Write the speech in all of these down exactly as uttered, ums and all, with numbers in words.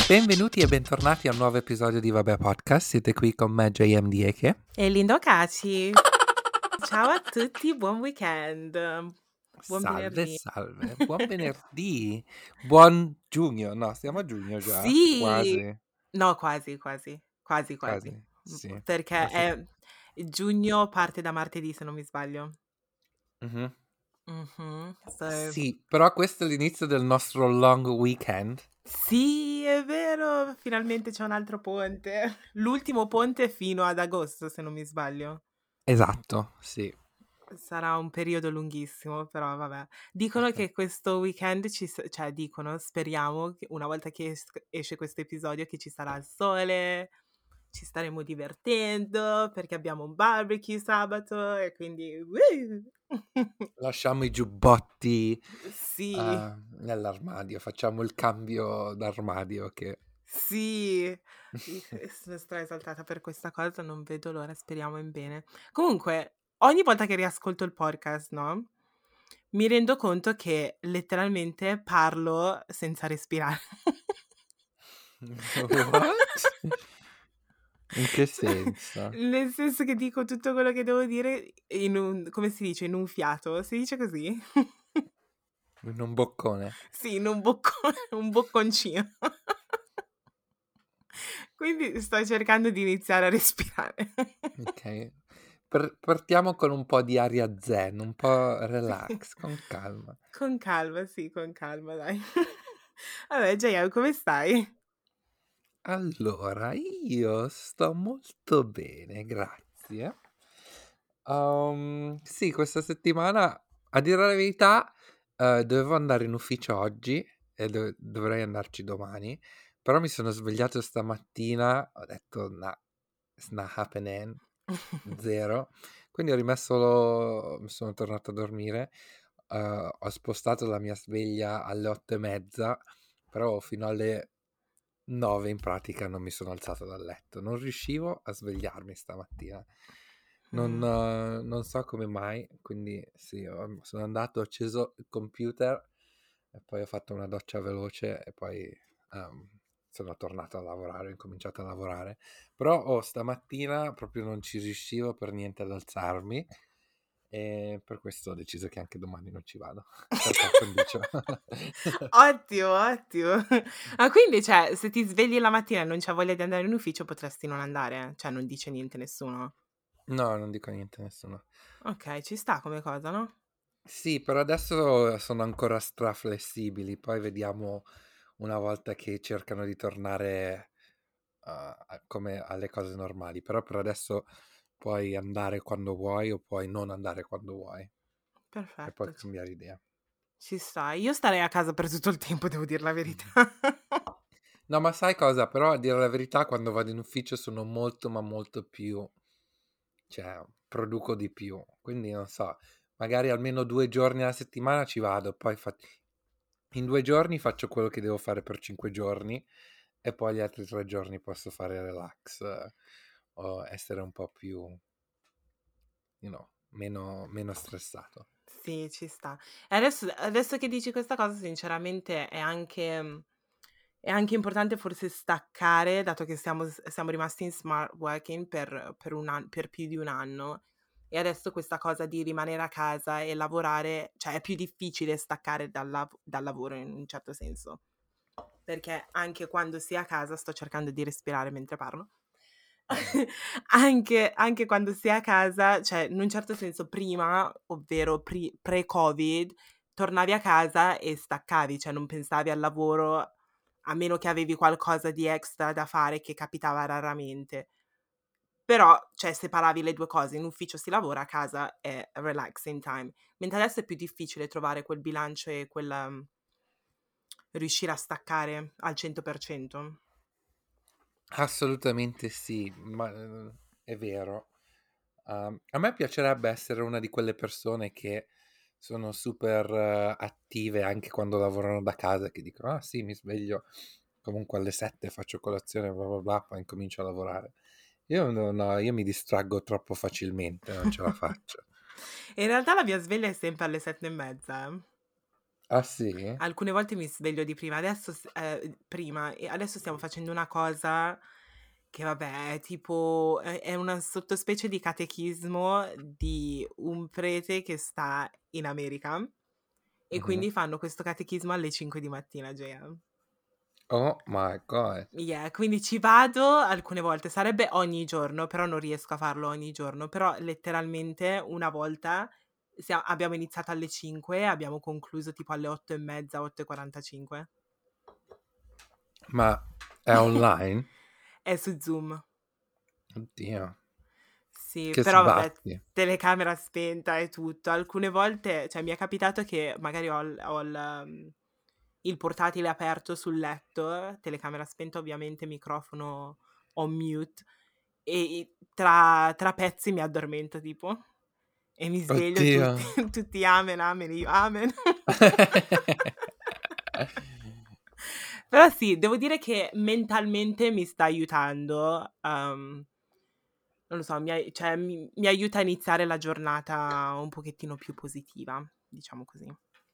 Benvenuti e bentornati a un nuovo episodio di Vabbè Podcast. Siete qui con me, J M D Eke. E Lindo Caci. Ciao a tutti, buon weekend. Buon Salve, venerdì. salve. Buon venerdì. Buon giugno. No, siamo a giugno già. Sì! Quasi. No, quasi, quasi, quasi, quasi. Quasi, Mm, sì. Perché La set- è giugno parte da martedì, se non mi sbaglio. Mhm. Mhm, so- Sì, però questo è l'inizio del nostro long weekend. Sì, è vero, finalmente c'è un altro ponte. L'ultimo ponte fino ad agosto, se non mi sbaglio. Esatto, sì. Sarà un periodo lunghissimo, però vabbè. Dicono che questo weekend ci s cioè dicono, speriamo che una volta che es esce questo episodio che ci sarà il sole, ci staremo divertendo, perché abbiamo un barbecue sabato e quindi woo! Lasciamo i giubbotti Sì, ah, nell'armadio. Facciamo il cambio d'armadio che... sì. I sono stra-esaltata per questa cosa, non vedo l'ora, speriamo in bene. Comunque, ogni volta che riascolto il podcast, no, mi rendo conto che letteralmente parlo senza respirare. What? In che Cioè, senso? nel senso che dico tutto quello che devo dire in un come si dice, in un fiato? Si dice così? In un boccone. Sì, in un boccone un bocconcino. Quindi sto cercando di iniziare a respirare. Ok. Per- partiamo con un po' di aria zen, un po' Sì. relax, con calma. Con calma, sì, con calma dai. Vabbè, J M, come stai? Allora, io sto molto bene, grazie. Um, sì, questa settimana, a dire la verità, eh, dovevo andare in ufficio oggi e dov- dovrei andarci domani, però mi sono svegliato stamattina, ho detto, nah, it's not happening, zero. Quindi ho rimesso, mi sono tornato a dormire, eh, ho spostato la mia sveglia alle otto e mezza, però fino alle nove in pratica non mi sono alzato dal letto, non riuscivo a svegliarmi stamattina. Non, Mh. eh, non so come mai, quindi sì, ho- sono andato, ho acceso il computer e poi ho fatto una doccia veloce e poi ehm, sono tornato a lavorare, ho incominciato a lavorare. Però oh, stamattina proprio non ci riuscivo per niente ad alzarmi e per questo ho deciso che anche domani non ci vado, per par condicio. Ottimo, ottimo. Ah, quindi cioè, se ti svegli la mattina e non c'hai voglia di andare in ufficio potresti non andare? Cioè, non dice niente nessuno? No, non dico niente a nessuno. Okay, ci sta come cosa, no? Sì, per adesso sono ancora straflessibili, poi vediamo una volta che cercano di tornare a, a- come alle cose normali, però per adesso puoi andare quando vuoi o puoi non andare quando vuoi e poi Perfetto, ci cambiare idea. ci sta. Io starei a casa per tutto il tempo, devo dir la verità. Mhm. No, ma sai cosa? Però a dire la verità, quando vado in ufficio sono molto, ma molto più, cioè, produco di più, quindi non so, magari almeno due giorni alla settimana ci vado, poi fa- in due giorni faccio quello che devo fare per cinque giorni e poi gli altri tre giorni posso fare relax eh, o essere un po' più, you know, meno, meno stressato. Sì, ci sta. E adesso adesso che dici questa cosa sinceramente è anche mhmm, è anche importante forse staccare, dato che siamo s siamo rimasti in smart working per per un an per più di un anno, e adesso questa cosa di rimanere a casa e lavorare cioè è più difficile staccare dal lav dal lavoro in un certo senso, perché anche quando si è a casa sto cercando di respirare mentre parlo. Mhm. Anche anche quando si è a casa, cioè in un certo senso prima, ovvero pri pre-Covid, tornavi a casa e staccavi, cioè non pensavi al lavoro, a meno che avevi qualcosa di extra da fare che capitava raramente. Però, cioè separavi le due cose, in ufficio si lavora, a casa è relaxing time. Mentre adesso è più difficile trovare quel bilancio e quel mhmm, riuscire a staccare al cento per cento. Assolutamente sì, ma eh, è vero. Um, a me piacerebbe essere una di quelle persone che sono super eh, attive anche quando lavorano da casa, che dicono, ah sì, mi sveglio comunque alle sette, faccio colazione, bla bla bla, poi incomincio a lavorare. Io no, no, io mi distraggo troppo facilmente, non ce la faccio. In realtà la mia sveglia è sempre alle sette e mezza, eh. Ah sì? Alcune volte mi sveglio di prima, adesso s ehm, prima e adesso stiamo facendo una cosa che vabbè è tipo è è una sottospecie di catechismo di un prete che sta in America e Mh-mh. quindi fanno questo catechismo alle cinque di mattina, J M. Oh my god. Yeah, quindi ci vado alcune volte, sarebbe ogni giorno, però non riesco a farlo ogni giorno, però letteralmente una volta sia abbiamo iniziato alle cinque e abbiamo concluso tipo alle otto e mezza, otto e quarantacinque. Ma è online? È su Zoom. Oddio, Sì, che però vabbè, sbatti. telecamera spenta e tutto. Alcune volte, cioè mi è capitato che magari ho il ho il mhmm, il portatile aperto sul letto, telecamera spenta ovviamente, microfono on mute e i tra tra pezzi mi addormento tipo e mi sveglio Oddio. tutti tutti amen, amen, io amen. Però sì, devo dire che mentalmente mi sta aiutando, uhm, non lo so, mi ai cioè mi mi aiuta a iniziare la giornata un pochettino più positiva, diciamo così.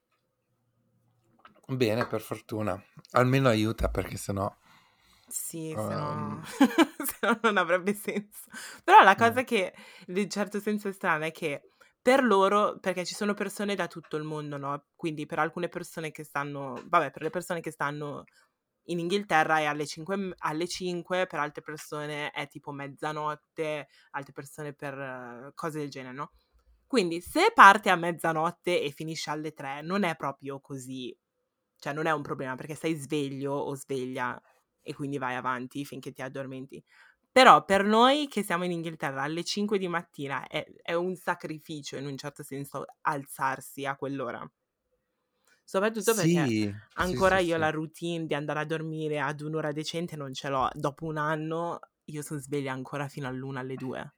Bene, per fortuna. Almeno aiuta perché sennò Sì, se no uhm, se no non avrebbe senso. Però la mh, cosa che in un certo senso è strana è che per loro perché ci sono persone da tutto il mondo, no, quindi per alcune persone che stanno vabbè, per le persone che stanno in Inghilterra è alle cinque e m alle cinque, per altre persone è tipo mezzanotte, altre persone per eh, cose del genere, no, quindi se parte a mezzanotte e finisce alle tre non è proprio così, cioè non è un problema perché sei sveglio o sveglia e quindi vai avanti finché ti addormenti. Però per noi che siamo in Inghilterra alle cinque di mattina è è un sacrificio in un certo senso alzarsi a quell'ora. Soprattutto perché sì, sì, ancora sì, io sì. la routine di andare a dormire ad un'ora decente non ce l'ho. Dopo un anno io son sveglia ancora fino all'una, alle due.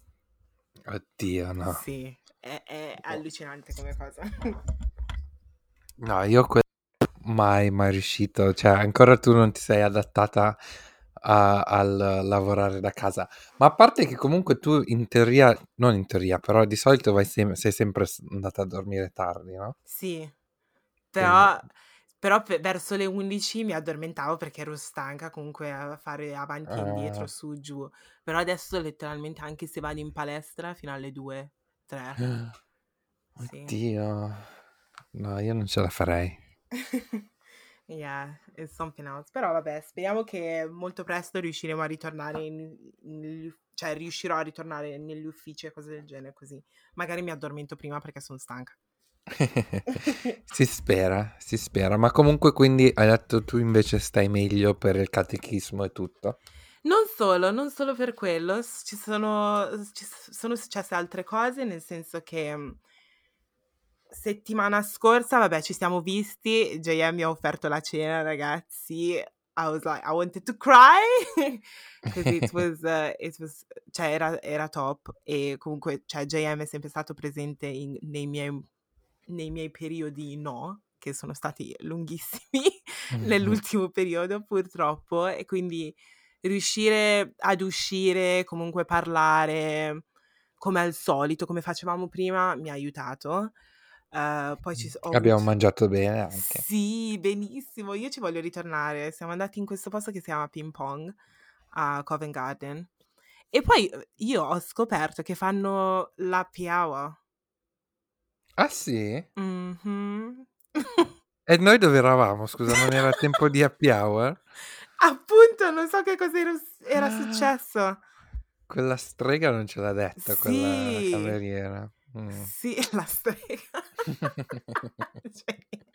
Oddio, no. Sì, è è allucinante come cosa. No, io que mai, mai riuscito. Cioè, ancora tu non ti sei adattata a al lavorare da casa. Ma a parte che comunque tu in teoria non in teoria, però di solito vai sem sei sempre s andata a dormire tardi, no, Sì, quindi però però pe verso le undici mi addormentavo perché ero stanca comunque a fare avanti e indietro, ah. su, giù. Però adesso letteralmente anche se vado in palestra fino alle due, tre. Sì. Oddio. No, io non ce la farei. Yeah, it's something else. Però vabbè, speriamo che molto presto riusciremo a ritornare in negli uf cioè riuscirò a ritornare negli uffici e cose del genere, così magari mi addormento prima perché son stanca. Si spera, si spera. Ma comunque quindi hai detto tu invece stai meglio per il catechismo e tutto? Non solo, non solo per quello, s ci sono s ci s sono successe altre cose, nel senso che, mhmm, settimana scorsa, vabbè, ci siamo visti, J M mi ha offerto la cena, ragazzi. I was like I wanted to cry 'cause it was uh, it was cioè era era top e comunque, cioè J M è sempre stato presente in nei miei nei miei periodi no, che sono stati lunghissimi Mh-mh. nell'ultimo periodo purtroppo e quindi riuscire ad uscire, comunque parlare come al solito, come facevamo prima, mi ha aiutato. Ehm, poi ci s ho Abbiamo avuto mangiato bene anche. sì, benissimo, io ci voglio ritornare. Siamo andati in questo posto che si chiama Ping Pong a Covent Garden e poi, uhm, io ho scoperto che fanno l'happy hour. Ah sì? Mh-mh. E noi dove eravamo scusa, non era tempo di happy hour? Appunto, non so che cosa era s era Ah, successo. quella strega non ce l'ha detta, quella Sì, cameriera. Mh. sì, la strega. Cioè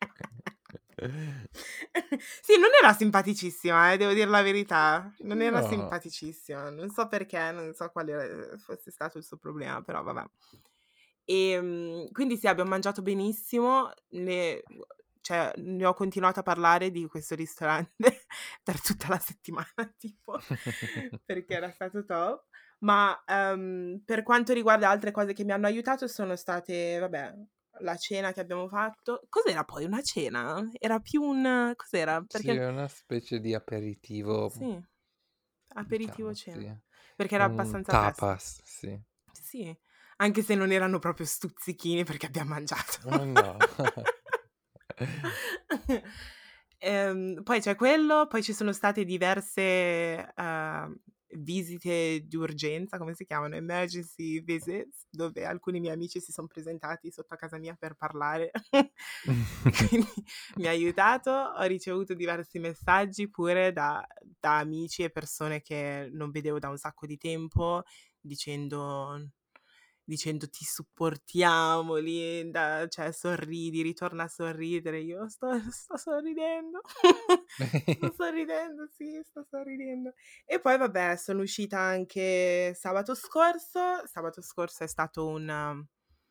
sì, non era simpaticissima, eh, devo dir la verità. Non era No. simpaticissima. Non so perché, non so quale ehm, fosse stato il suo problema, però vabbè. Ehm, quindi sì, abbiamo mangiato benissimo, ne cioè ne ho continuato a parlare di questo ristorante per tutta la settimana tipo, perché era stato top. Ma, ehm, per quanto riguarda altre cose che mi hanno aiutato sono state, vabbè, la cena che abbiamo fatto. Cos'era poi, una cena? Era più un cos'era? Sì, Perché è una specie di aperitivo, sì, aperitivo diciamo, sì. cena, perché era Un abbastanza presto. tapas, sì. Sì, anche se non erano proprio stuzzichini perché abbiam mangiato. Oh no. Ehm, poi c'è quello, poi ci sono state diverse, uhm, visite di urgenza, come si chiamano? Emergency visits, dove alcuni miei amici si son presentati sotto a casa mia per parlare. E quindi mi ha aiutato. Ho ricevuto diversi messaggi pure da da amici e persone che non vedevo da un sacco di tempo, dicendo dicendo: "Ti supportiamo, Linda, cioè sorridi, ritorna a sorridere." Io: "Sto sto sorridendo." Sto sorridendo, sì, sto sorridendo. E poi vabbè, sono uscita anche sabato scorso. Sabato scorso è stato un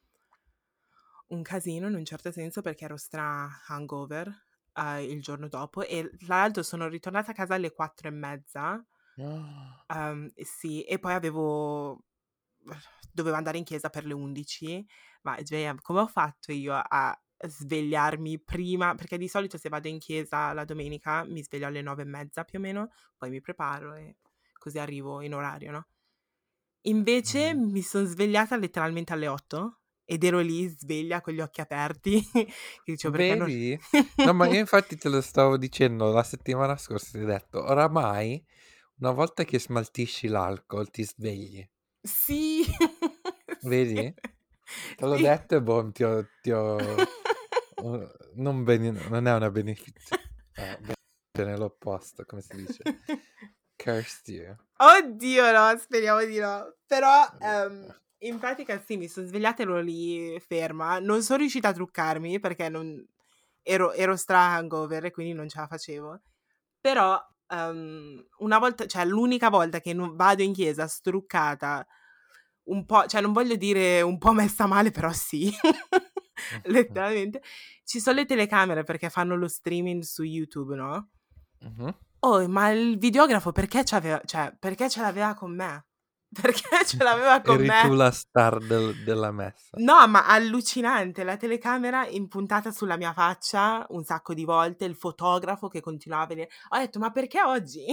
un casino in un certo senso perché ero stra hangover, uhm, il giorno dopo e tra l'altro sono ritornata a casa alle quattro e mezza. Uhm, e sì, e poi avevo dovevo andare in chiesa per le undici, ma Gea, come ho fatto io a svegliarmi prima perché di solito se vado in chiesa la domenica mi sveglio alle nove e mezza più o meno, poi mi preparo e così arrivo in orario, no, invece Mh. mi son svegliata letteralmente alle otto ed ero lì sveglia con gli occhi aperti che dicevo: "Perché non" Vedi? No, ma io infatti te lo stavo dicendo la settimana scorsa, ti ho detto: "Oramai una volta che smaltisci l'alcol ti svegli." Sì, sì, Vedi? Te l'ho sì. detto e boh, ti ho ti ho uhm, non bene non è una benefiz eh, benefizione, è l'opposto, come si dice? Cursed you. Oddio no, speriamo di no. Però, ehm, in pratica sì, mi son svegliata, ero lì ferma, non son riuscita a truccarmi perché non ero ero stra hangover e quindi non ce la facevo. Però, ehm, una volta cioè l'unica volta che non vado in chiesa struccata, un po' cioè non voglio dire un po' messa male, però sì, Mh-mh. letteralmente, ci son le telecamere perché fanno lo streaming su YouTube, no? Mh-mh. Oh, ma il videografo perché c'aveva cioè, perché ce l'aveva con me? Perché ce l'aveva con Eri tu me? la star del della messa. No, ma allucinante, la telecamera impuntata sulla mia faccia un sacco di volte, il fotografo che continuava a veni ho detto: "Ma perché oggi?"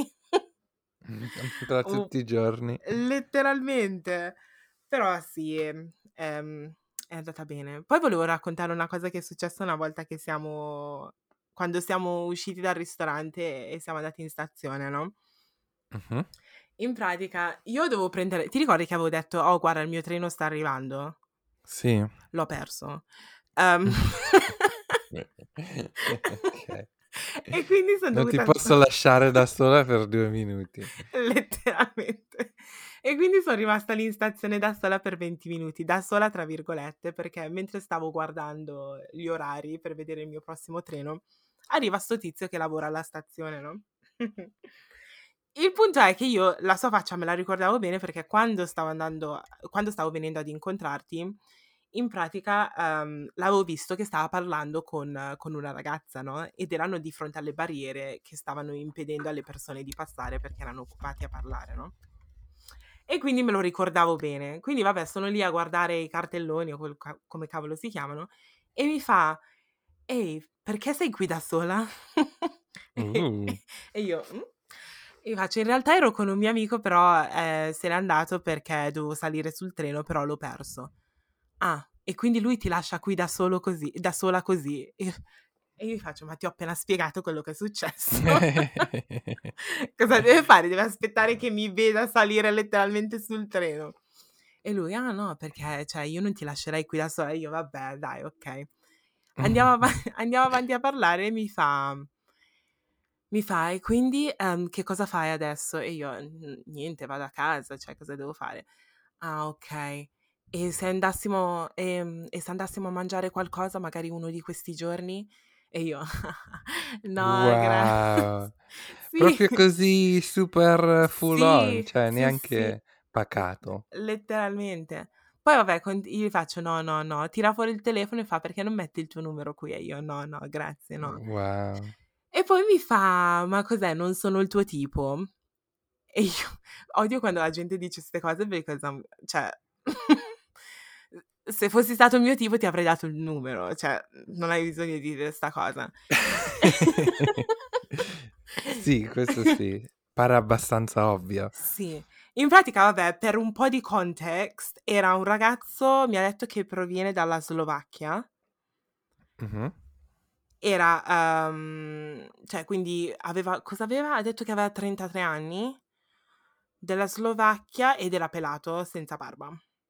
Tra Uh, tutti i giorni. letteralmente. Però sì, ehm, ehm, è andata bene. Poi volevo raccontare una cosa che è successa una volta che siamo quando siamo usciti dal ristorante e siamo andati in stazione, no? Mh-mh. In pratica io dovevo prendere ti ricordi che avevo detto: "Oh guarda il mio treno sta arrivando?" Sì. L'ho perso. Ehm Okay. E quindi son Non ti dovuta posso lasciare da sola per due minuti. letteralmente. E quindi son rimasta lì in stazione da sola per venti minuti, "da sola" tra virgolette, perché mentre stavo guardando gli orari per vedere il mio prossimo treno, arriva 'sto tizio che lavora alla stazione, no? Il punto è che io la sua faccia me la ricordavo bene perché quando stavo andando a quando stavo venendo ad incontrarti, in pratica, ehm, l'avevo visto che stava parlando con con una ragazza, no, ed erano di fronte alle barriere che stavano impedendo alle persone di passare perché erano occupati a parlare, no? E quindi me lo ricordavo bene. Quindi vabbè, sono lì a guardare i cartelloni o quel ca come cavolo si chiamano, e mi fa: "Ehi, perché sei qui da sola?" E Uh. e io: "Mh?" E gli faccio: "In realtà ero con un mio amico, però, ehm, se n'è andato perché dovevo salire sul treno, però l'ho perso." "Ah, e quindi lui ti lascia qui da solo così da sola così?" E io e io gli faccio: "Ma ti ho appena spiegato quello che è successo." Cosa deve fare? Deve aspettare che mi veda salire letteralmente sul treno. E lui: "Ah no, perché cioè io non ti lascerei qui da sola." E io: "Vabbè dai, okay." Andiamo ava andiamo avanti a parlare e mi fa mi fa: "E quindi, ehm, che cosa fai adesso?" E io: "N niente, vado a casa, cioè cosa devo fare?" "Ah okay. E se andassimo ehm, e se andassimo a mangiare qualcosa magari uno di questi giorni?" E io: "No gra" Wow. Sì, Proprio così super full on, sì, cioè sì, sì, neanche pacato. letteralmente. Poi vabbè cont io gli faccio: "No, no, no." Tira fuori il telefono e fa: "Perché non metti il tuo numero qui?" E io: "No, no, grazie, no." Wow. E poi mi fa: "Ma cos'è, non sono il tuo tipo?" E io odio quando la gente dice 'ste cose because I'm cioè se fossi stato il mio tipo ti avrei dato il numero, cioè, non hai bisogno di dire 'sta cosa. Sì, questo sì. Pare abbastanza ovvio. Sì. In pratica vabbè, per un po' di context, era un ragazzo mi ha detto che proviene dalla Slovacchia. Mh-mh. era, um, cioè quindi aveva, cosa aveva? Ha detto che aveva trentatré anni, della Slovacchia ed era pelato, senza barba.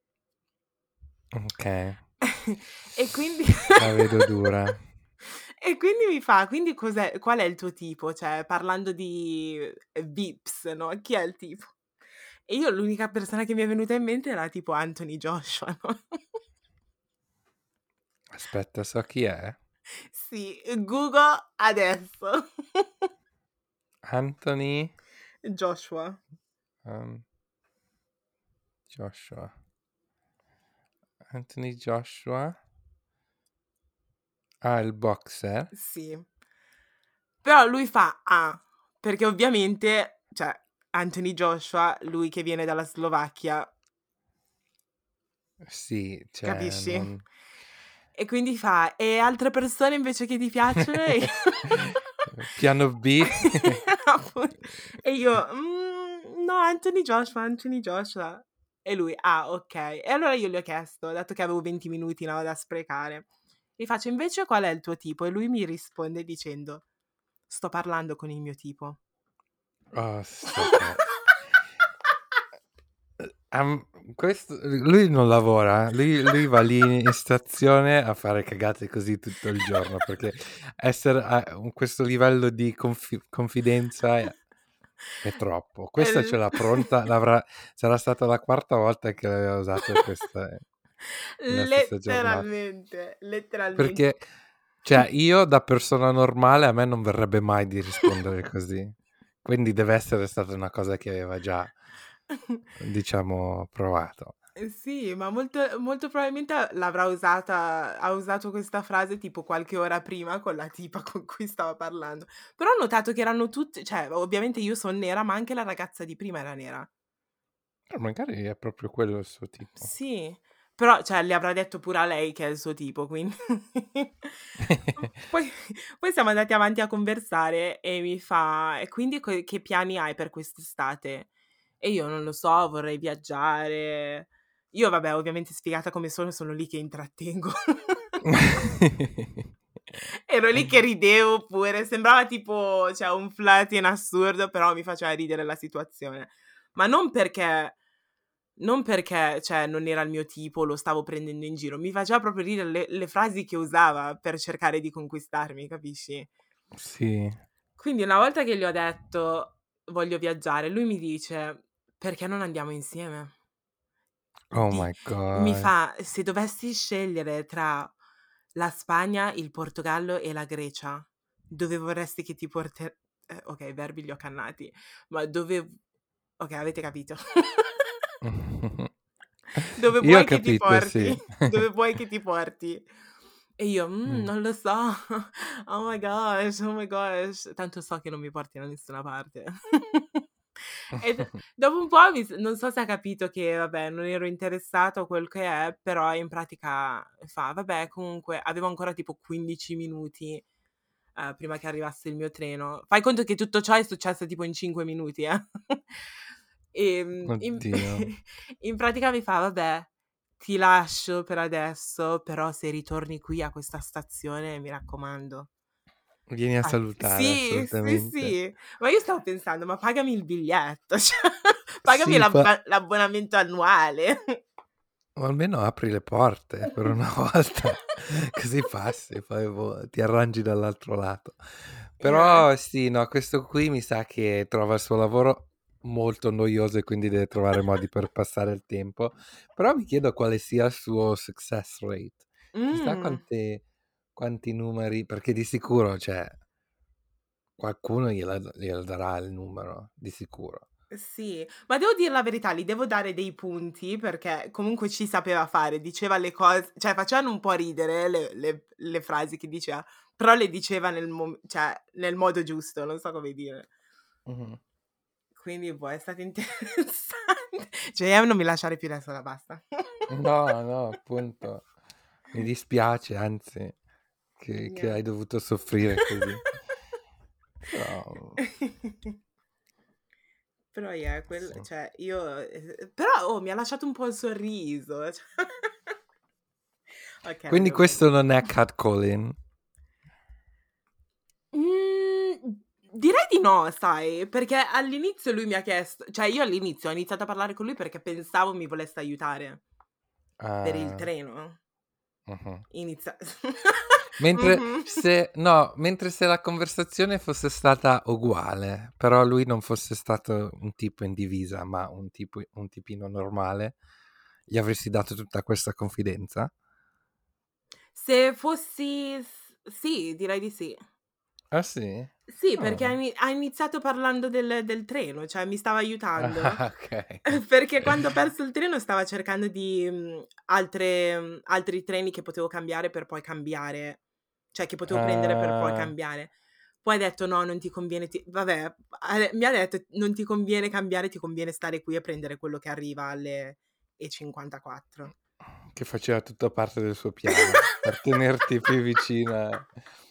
Ok, E quindi la vedo dura. e quindi mi fa: "Quindi cos'è, qual è il tuo tipo?" Cioè parlando di, ehm, Vips, no, chi è il tipo? E io l'unica persona che mi è venuta in mente era tipo Anthony Joshua, no? Aspetta, so chi è. Sì, Google adesso. Anthony Joshua. um, Joshua. Anthony Joshua. Ah, il boxer. Sì. Però lui fa "ah", perché ovviamente, cioè Anthony Joshua, lui che viene dalla Slovacchia, Sì, cioè, capisci? non... E quindi fa: "E altre persone invece che ti piacciono?" E io Piano B. Appun e io: "Mhmm, no, Anthony Joshua, Anthony Joshua." E lui: "Ah, okay." E allora io gli ho chiesto, dato che avevo venti minuti, no, da sprecare, gli faccio: "Invece qual è il tuo tipo?" E lui mi risponde dicendo: "Sto parlando con il mio tipo." Oh, stop it. Am- questo, lui non lavora, lui, lui va lì in stazione a fare cagate così tutto il giorno, perché essere a un- questo livello di confi- confidenza è, è troppo. Questa ce El l'ha pronta, l'avrà, sarà stata la quarta volta che aveva usato questa nella stessa giornata. Letteralmente, letteralmente. Perché, cioè, io da persona normale a me non verrebbe mai di rispondere così. Quindi deve essere stata una cosa che aveva già, diciamo, provato. Eh sì, ma molto molto probabilmente l'avrà usata ha usato questa frase tipo qualche ora prima con la tipa con cui stava parlando. Però ho notato che erano tutti, cioè ovviamente io son nera, ma anche la ragazza di prima era nera. Eh, magari è proprio quello il suo tipo. Sì, però cioè le avrà detto pure a lei che è il suo tipo, quindi poi poi siamo andati avanti a conversare e mi fa: "E quindi co che piani hai per quest'estate?" E io: "Non lo so, vorrei viaggiare." Io vabbè, ovviamente sfigata come sono, sono lì che intrattengo. Ero lì che ridevo pure, sembrava tipo, cioè un flirting assurdo, però mi faceva ridere la situazione. Ma non perché non perché, cioè, non era il mio tipo, lo stavo prendendo in giro, mi faceva proprio ridere le le frasi che usava per cercare di conquistarmi, capisci? Sì. Quindi una volta che gli ho detto: "Voglio viaggiare", lui mi dice: "Perché non andiamo insieme?" Oh Di my Mi God. fa: "Se dovessi scegliere tra la Spagna, il Portogallo e la Grecia, dove vorresti che ti porte" ehm, okay, i verbi li ho cannati, ma dove okay, avete capito. "Dove Io ho vuoi che ti capito, sì. porti? Dove vuoi che ti porti?" E io: "Mhmm, Mm. non lo so. Oh my gosh, oh my gosh." Tanto so che non mi porti da nessuna parte. Ed dopo un po' mi s non so se ha capito che, vabbè, non ero interessata o quel che è, però in pratica fa: "Vabbè, comunque" avevo ancora tipo quindici minuti, ehm, prima che arrivasse il mio treno. Fai conto che tutto ciò è successo tipo in cinque minuti, eh. Ehm, in Oddio. in pratica mi fa: "Vabbè, ti lascio per adesso, però se ritorni qui a questa stazione, mi raccomando, Vieni a fa" salutare, sì, sì, assolutamente. sì. Ma io stavo pensando: "Ma pagami il biglietto, cioè pagami Sì, fa... l'abba l'abbonamento annuale." o almeno apri le porte per una volta, così passi, poi boh, ti arrangi dall'altro lato. Eh. Però sì, no, questo qui mi sa che trova il suo lavoro molto noioso e quindi deve trovare modi per passare il tempo. Però mi chiedo quale sia il suo success rate. Chissà Mh. quante, quanti numeri, perché di sicuro, cioè, qualcuno gliela, gliela darà il numero, di sicuro. Sì, ma devo dir la verità, gli devo dare dei punti perché comunque ci sapeva fare, diceva le cose, cioè facevano un po' ridere le le le frasi che diceva, però le diceva nel mom cioè nel modo giusto, non so come dire. Mhm. Quindi boh, è stato interessante. Cioè non mi lasciare più da sola, basta. No, no, appunto. Mi dispiace, anzi, che, che hai Niente. dovuto soffrire così. Però, Però yeah, quel sì. cioè io ehm, però oh, mi ha lasciato un po' il sorriso, cioè okay, Quindi oddio, questo non è catcalling? Direi di no, sai, perché all'inizio lui mi ha chiesto, cioè io all'inizio ho iniziato a parlare con lui perché pensavo mi volesse aiutare per il Ah, treno. mhm. Inizia Mentre Mh-mh. se no, mentre se la conversazione fosse stata uguale, però lui non fosse stato un tipo in divisa, ma un tipo un tipino normale, gli avresti dato tutta questa confidenza? Se fossi s sì, direi di sì. Ah sì? Sì, perché ha Ah. ini ha iniziato parlando del del treno, cioè mi stava aiutando. Ah, okay. Perché quando ho perso il treno stava cercando di mhmm, altre mhmm, altri treni che potevo cambiare per poi cambiare, cioè che potevo prendere per poi Ah, cambiare. Poi ha detto: "No, non ti conviene ti" vabbè, ha de mi ha detto: "Non ti conviene cambiare, ti conviene stare qui e prendere quello che arriva alle e cinquantaquattro." che faceva tutta parte del suo piano, per tenerti più vicina.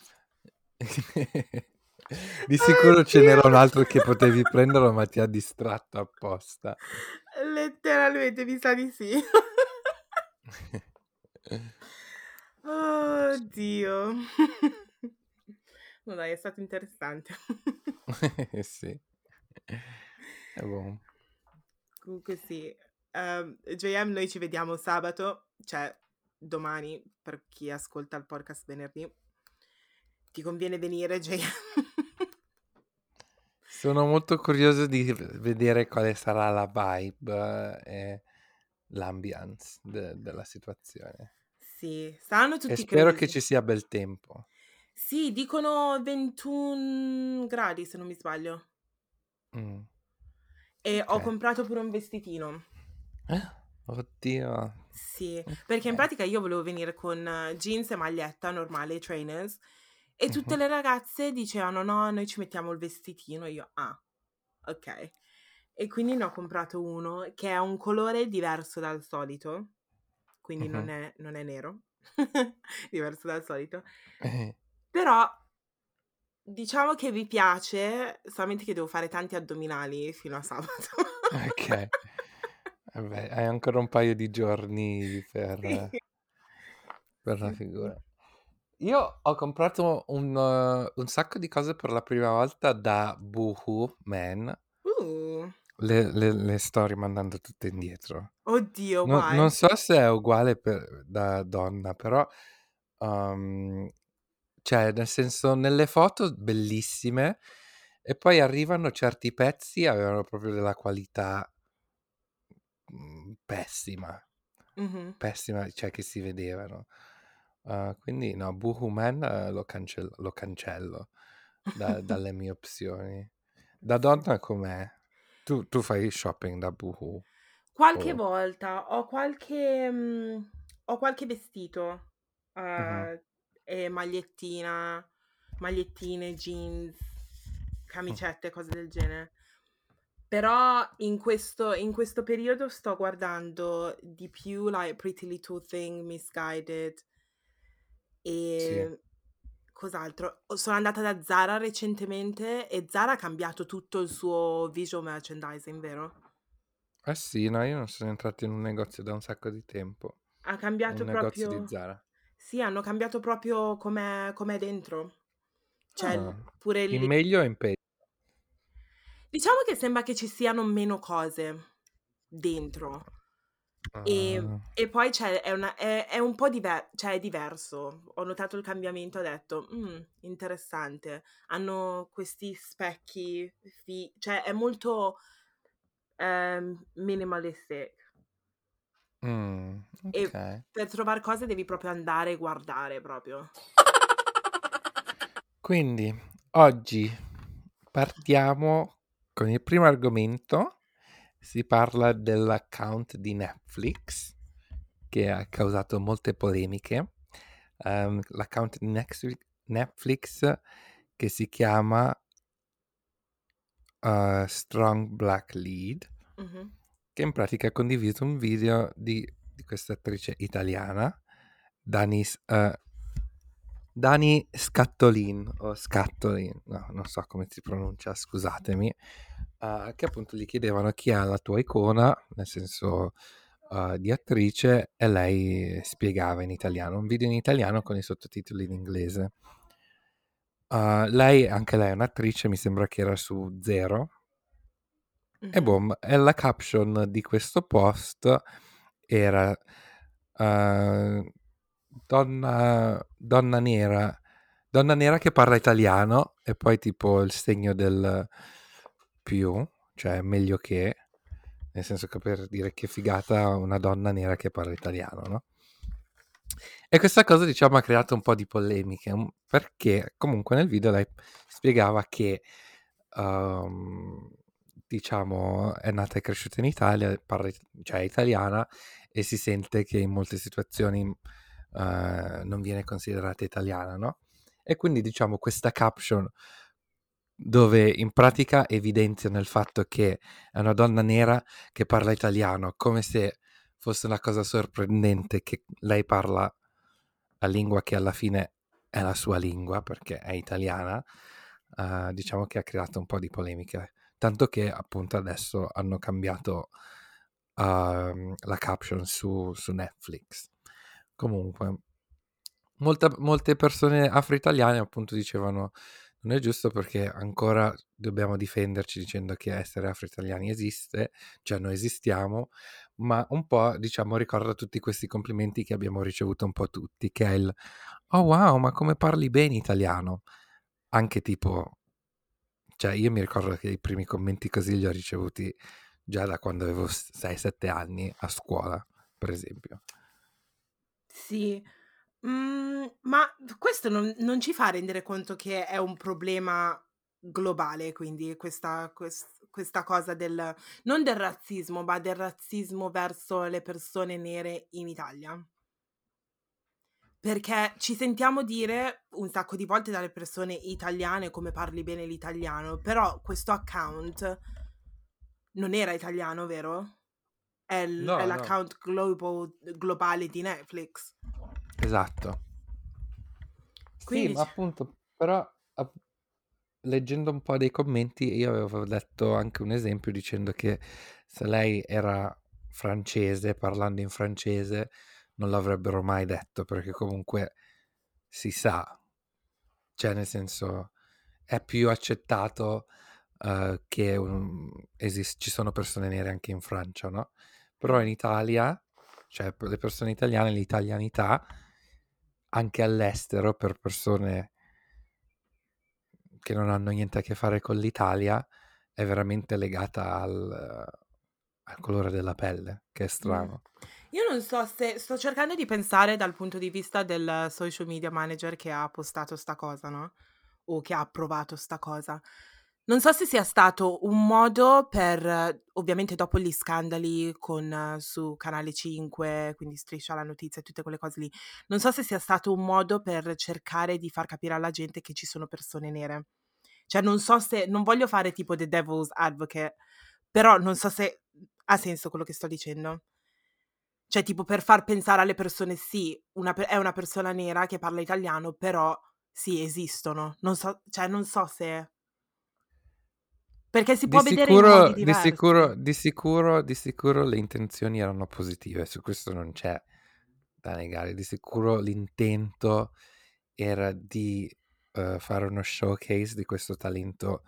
Di sicuro ce Oddio. n'era un altro che potevi prenderlo, ma ti ha distratto apposta. Letteralmente, mi sa di sì. Oddio. No dai, è stato interessante. Sì. E boh. Comunque sì. Ehm, J M noi ci vediamo sabato, cioè domani per chi ascolta il podcast venerdì. Ti conviene venire J M? Sono molto curioso di v vedere quale sarà la vibe e l'ambiance de della situazione. Sì, saranno E tutti spero che crazy. ci sia bel tempo. Sì, dicono ventuno gradi se non mi sbaglio. Mh, E ho okay. comprato pure un vestitino. Oddio. Sì, perché in Okay. pratica io volevo venire con eh, jeans e maglietta normale, trainers, e tutte Mh-mh. le ragazze dicevano: "No, noi ci mettiamo il vestitino." E io: "Ah, okay." E quindi ne ho comprato uno che è un colore diverso dal solito, quindi non Mh-mh. è non è nero, diverso dal solito, Eh, però diciamo che mi piace, solamente che devo fare tanti addominali fino a sabato. okay. Vabbè, hai ancora un paio di giorni Sì. per per la Sì, sì. figura. Io ho comprato un uh, un sacco di cose per la prima volta da Boohoo Man. Uh, Le le le sto rimandando tutte indietro. oddio, No, non why? so se è uguale per da donna, però, uhm, cioè nel senso nelle foto bellissime e poi arrivano certi pezzi, avevano proprio della qualità, mhmm, pessima, Mh-mh. pessima, cioè che si vedevano. Uhm, quindi no, Boohoo Man eh, lo cancel lo cancello da dalle mie opzioni. Da Sì. donna com'è? Tu tu fai shopping da Boohoo? Qualche O volta ho qualche mhmm, ho qualche vestito, mh-mh, uhm, e magliettina magliettine, jeans, mh, camicette, cose del genere. Però in questo in questo periodo sto guardando di più like Pretty Little Thing, Missguided, sì. ehm, cos'altro? O sono andata da Zara recentemente e Zara ha cambiato tutto il suo visual merchandising, vero? Eh sì, no, io non sono entrato in un negozio da un sacco di tempo. Ha Un cambiato negozio di proprio Zara. sì, hanno cambiato proprio com'è com'è dentro. Cioè Ah, il pure in lì meglio o in peggio? diciamo che sembra che ci siano meno cose dentro. Ehm, Ah, e poi c'è è una è è un po' dive cioè è diverso. Ho notato il cambiamento, ho detto: "Mh, interessante." Hanno questi specchi fi cioè è molto, ehm, minimalistic mh, e okay. per trovar cose devi proprio andare e guardare proprio. Quindi oggi partiamo con il primo argomento. Si parla dell'account di Netflix che ha causato molte polemiche. Ehm, l'account di Nextfli Netflix che si chiama, uhm, Strong Black Lead, Mh-mh. che in pratica ha condiviso un video di di questa attrice italiana, Dani S uhm, Dani Scattolin o Scattolin, no, non so come si pronuncia, scusatemi, uhm, che appunto gli chiedevano: "Chi è la tua icona?" Nel senso, uhm, di attrice, e lei spiegava in italiano, un video in italiano con i sottotitoli in inglese. Uh, lei, anche lei è un'attrice, mi sembra che era su Zero. E Mhm. boom, e la caption di questo post era uh, donna, donna nera, donna nera che parla italiano, e poi tipo il segno del più, cioè meglio che, nel senso che per dire che figata una donna nera che parla italiano, no? E questa cosa, diciamo, ha creato un po' di polemiche, un- perché comunque nel video lei spiegava che, um, diciamo, è nata e cresciuta in Italia, parla, it- cioè è italiana, e si sente che in molte situazioni eh, non viene considerata italiana, no? E quindi, diciamo, questa caption dove in pratica evidenziano il fatto che è una donna nera che parla italiano, come se fosse una cosa sorprendente che lei parla la lingua che alla fine è la sua lingua, perché è italiana, uh, diciamo che ha creato un po' di polemiche. Tanto che appunto adesso hanno cambiato uh, la caption su, su Netflix. Comunque, molta, molte persone afro-italiane appunto dicevano non è giusto perché ancora dobbiamo difenderci dicendo che essere afro-italiani esiste, cioè noi esistiamo, ma un po' diciamo ricorda tutti questi complimenti che abbiamo ricevuto un po' tutti, che è il oh wow, ma come parli bene italiano? Anche tipo, cioè io mi ricordo che i primi commenti così li ho ricevuti già da quando avevo sei sette anni a scuola, per esempio. Sì, mhmm, ma questo non non ci fa rendere conto che è un problema globale, quindi questa ques questa cosa del non del razzismo, ma del razzismo verso le persone nere in Italia? Perché ci sentiamo dire un sacco di volte dalle persone italiane come parli bene l'italiano, però questo account non era italiano, vero? È l è No, no, l'account global globale di Netflix. esatto. Sì, Quindi ma c appunto, però app- leggendo un po' dei commenti, io avevo letto anche un esempio dicendo che se lei era francese, parlando in francese, non l'avrebbero mai detto, perché comunque si sa, cioè nel senso è più accettato eh, che un- esis- ci sono persone nere anche in Francia, no? Però mh. in Italia, cioè per le persone italiane, l'italianità, anche all'estero, per persone che non hanno niente a che fare con l'Italia, è veramente legata al, al colore della pelle, che è Mh. strano. Io non so se sto cercando di pensare dal punto di vista del social media manager che ha postato 'sta cosa, no, o che ha approvato 'sta cosa. Non so se sia stato un modo per eh, ovviamente dopo gli scandali con eh, su Canale cinque, quindi Striscia la notizia e tutte quelle cose lì, non so se sia stato un modo per cercare di far capire alla gente che ci sono persone nere. Cioè non so se non voglio fare tipo the devil's advocate, però non so se ha senso quello che sto dicendo. Cioè, tipo per far pensare alle persone: sì, una pe è una persona nera che parla italiano, però sì, esistono. Non so cioè non so se perché si Di può vedere in modi sicuro, di diversi. sicuro, di sicuro, di sicuro le intenzioni erano positive, su questo non c'è da negare. Di sicuro l'intento era di eh, fare uno showcase di questo talento,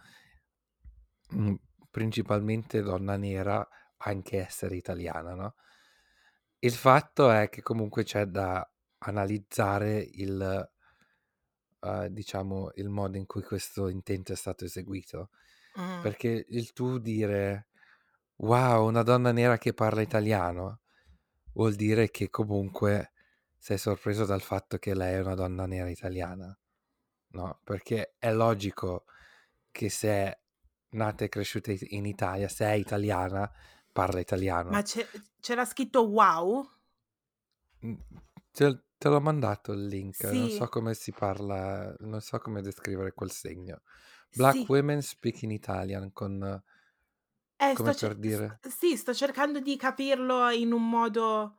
mm, principalmente donna nera, anche essere italiana, no? Il fatto è che comunque c'è da analizzare il, eh, diciamo, il modo in cui questo intento è stato eseguito. Mh. Perché il tu dire wow, una donna nera che parla italiano vuol dire che comunque sei sorpreso dal fatto che lei è una donna nera italiana, no? Perché è logico che se è nata e cresciuta in Italia, se è italiana, parla Ma italiano. c'è c'era scritto "wow"? Mm, Te, te l'ho mandato il link, non so Sì, come si parla, non so come descrivere quel segno. Black sì. women speak in Italian con, Eh, sto come ce per st dire, sì, sto cercando di capirlo in un modo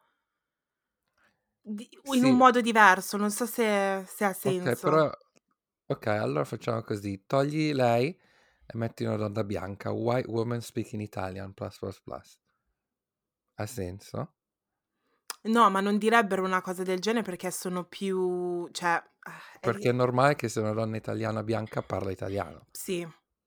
di in un sì, modo diverso, non so se se ha ok, senso. però, ok, allora facciamo così, togli lei e metti una donna bianca, white woman speak in Italian, plus plus plus. Ha senso? No, ma non direbbero una cosa del genere perché sono più cioè, ah, è Perché di è normale che se una donna italiana bianca parla italiano. sì.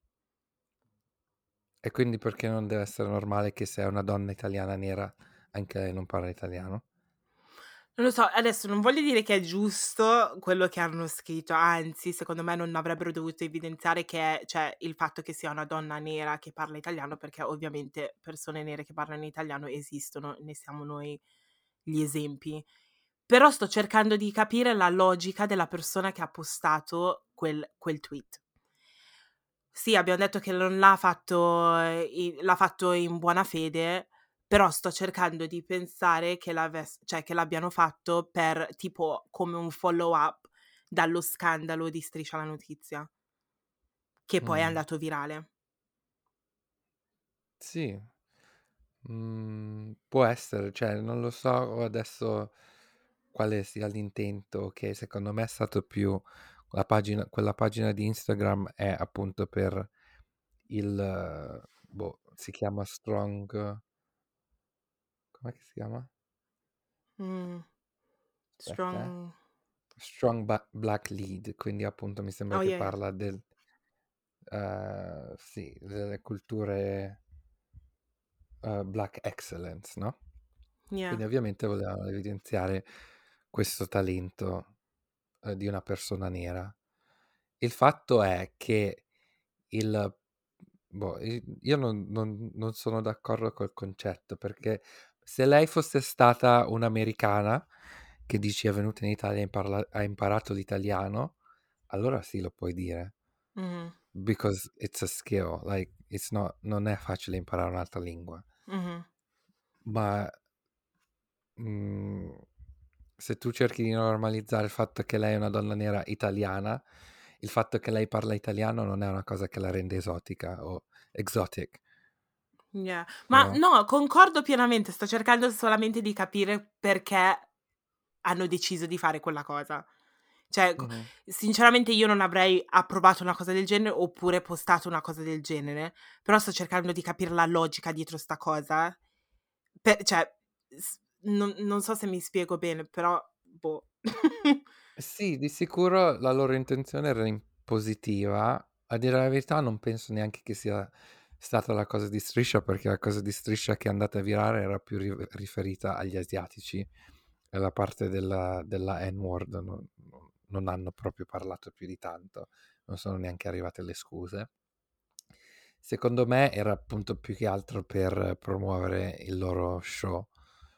E quindi perché non deve essere normale che se è una donna italiana nera anche lei non parla italiano? Non lo so, adesso non voglio dire che è giusto quello che hanno scritto, anzi secondo me non avrebbero dovuto evidenziare che è cioè il fatto che sia una donna nera che parla italiano, perché ovviamente persone nere che parlano italiano esistono, ne siamo noi gli esempi. Però sto cercando di capire la logica della persona che ha postato quel quel tweet. Sì, abbiamo detto che non l'ha fatto ehm, i l'ha fatto in buona fede, però sto cercando di pensare che l'aves cioè che l'abbiano fatto per tipo come un follow up dallo scandalo di Striscia la notizia, che poi è Mm, andato virale. sì. Mm, può essere, cioè non lo so adesso quale sia l'intento, che secondo me è stato più la pagina, quella pagina di Instagram è appunto per il, eh, boh, si chiama Strong, com'è che si chiama? Mh, Aspetta, eh. strong Strong Ba- Black Lead, quindi appunto mi sembra oh che yeah, yeah. parla del, eh, sì, delle culture eh, Black Excellence, no? Yeah. Quindi ovviamente volevano evidenziare questo talento eh, di una persona nera. Il fatto è che il... Boh, i- io non, non- non sono d'accordo col concetto, perché se lei fosse stata un'americana che dici è venuta in Italia e imparla- ha imparato l'italiano, allora sì lo puoi dire. Mh-mh, Because it's a skill, like, it's not, non è facile imparare un'altra lingua. mh-mh. Ma mm, se tu cerchi di normalizzare il fatto che lei è una donna nera italiana, il fatto che lei parla italiano non è una cosa che la rende esotica o exotic, Yeah. you Ma know? no, concordo pienamente, sto cercando solamente di capire perché hanno deciso di fare quella cosa. Cioè, co Mhm. sinceramente io non avrei approvato una cosa del genere, oppure postato una cosa del genere, però sto cercando di capire la logica dietro 'sta cosa. Pe cioè, s non non so se mi spiego bene, però boh. Sì, di sicuro la loro intenzione era in positiva. A dire la verità, non penso neanche che sia stata la cosa di Striscia, perché la cosa di Striscia che è andata virale era più ri- riferita agli asiatici e la parte della, della N-word non, non- non hanno proprio parlato più di tanto, non sono neanche arrivate le scuse. Secondo me era appunto più che altro per promuovere il loro show,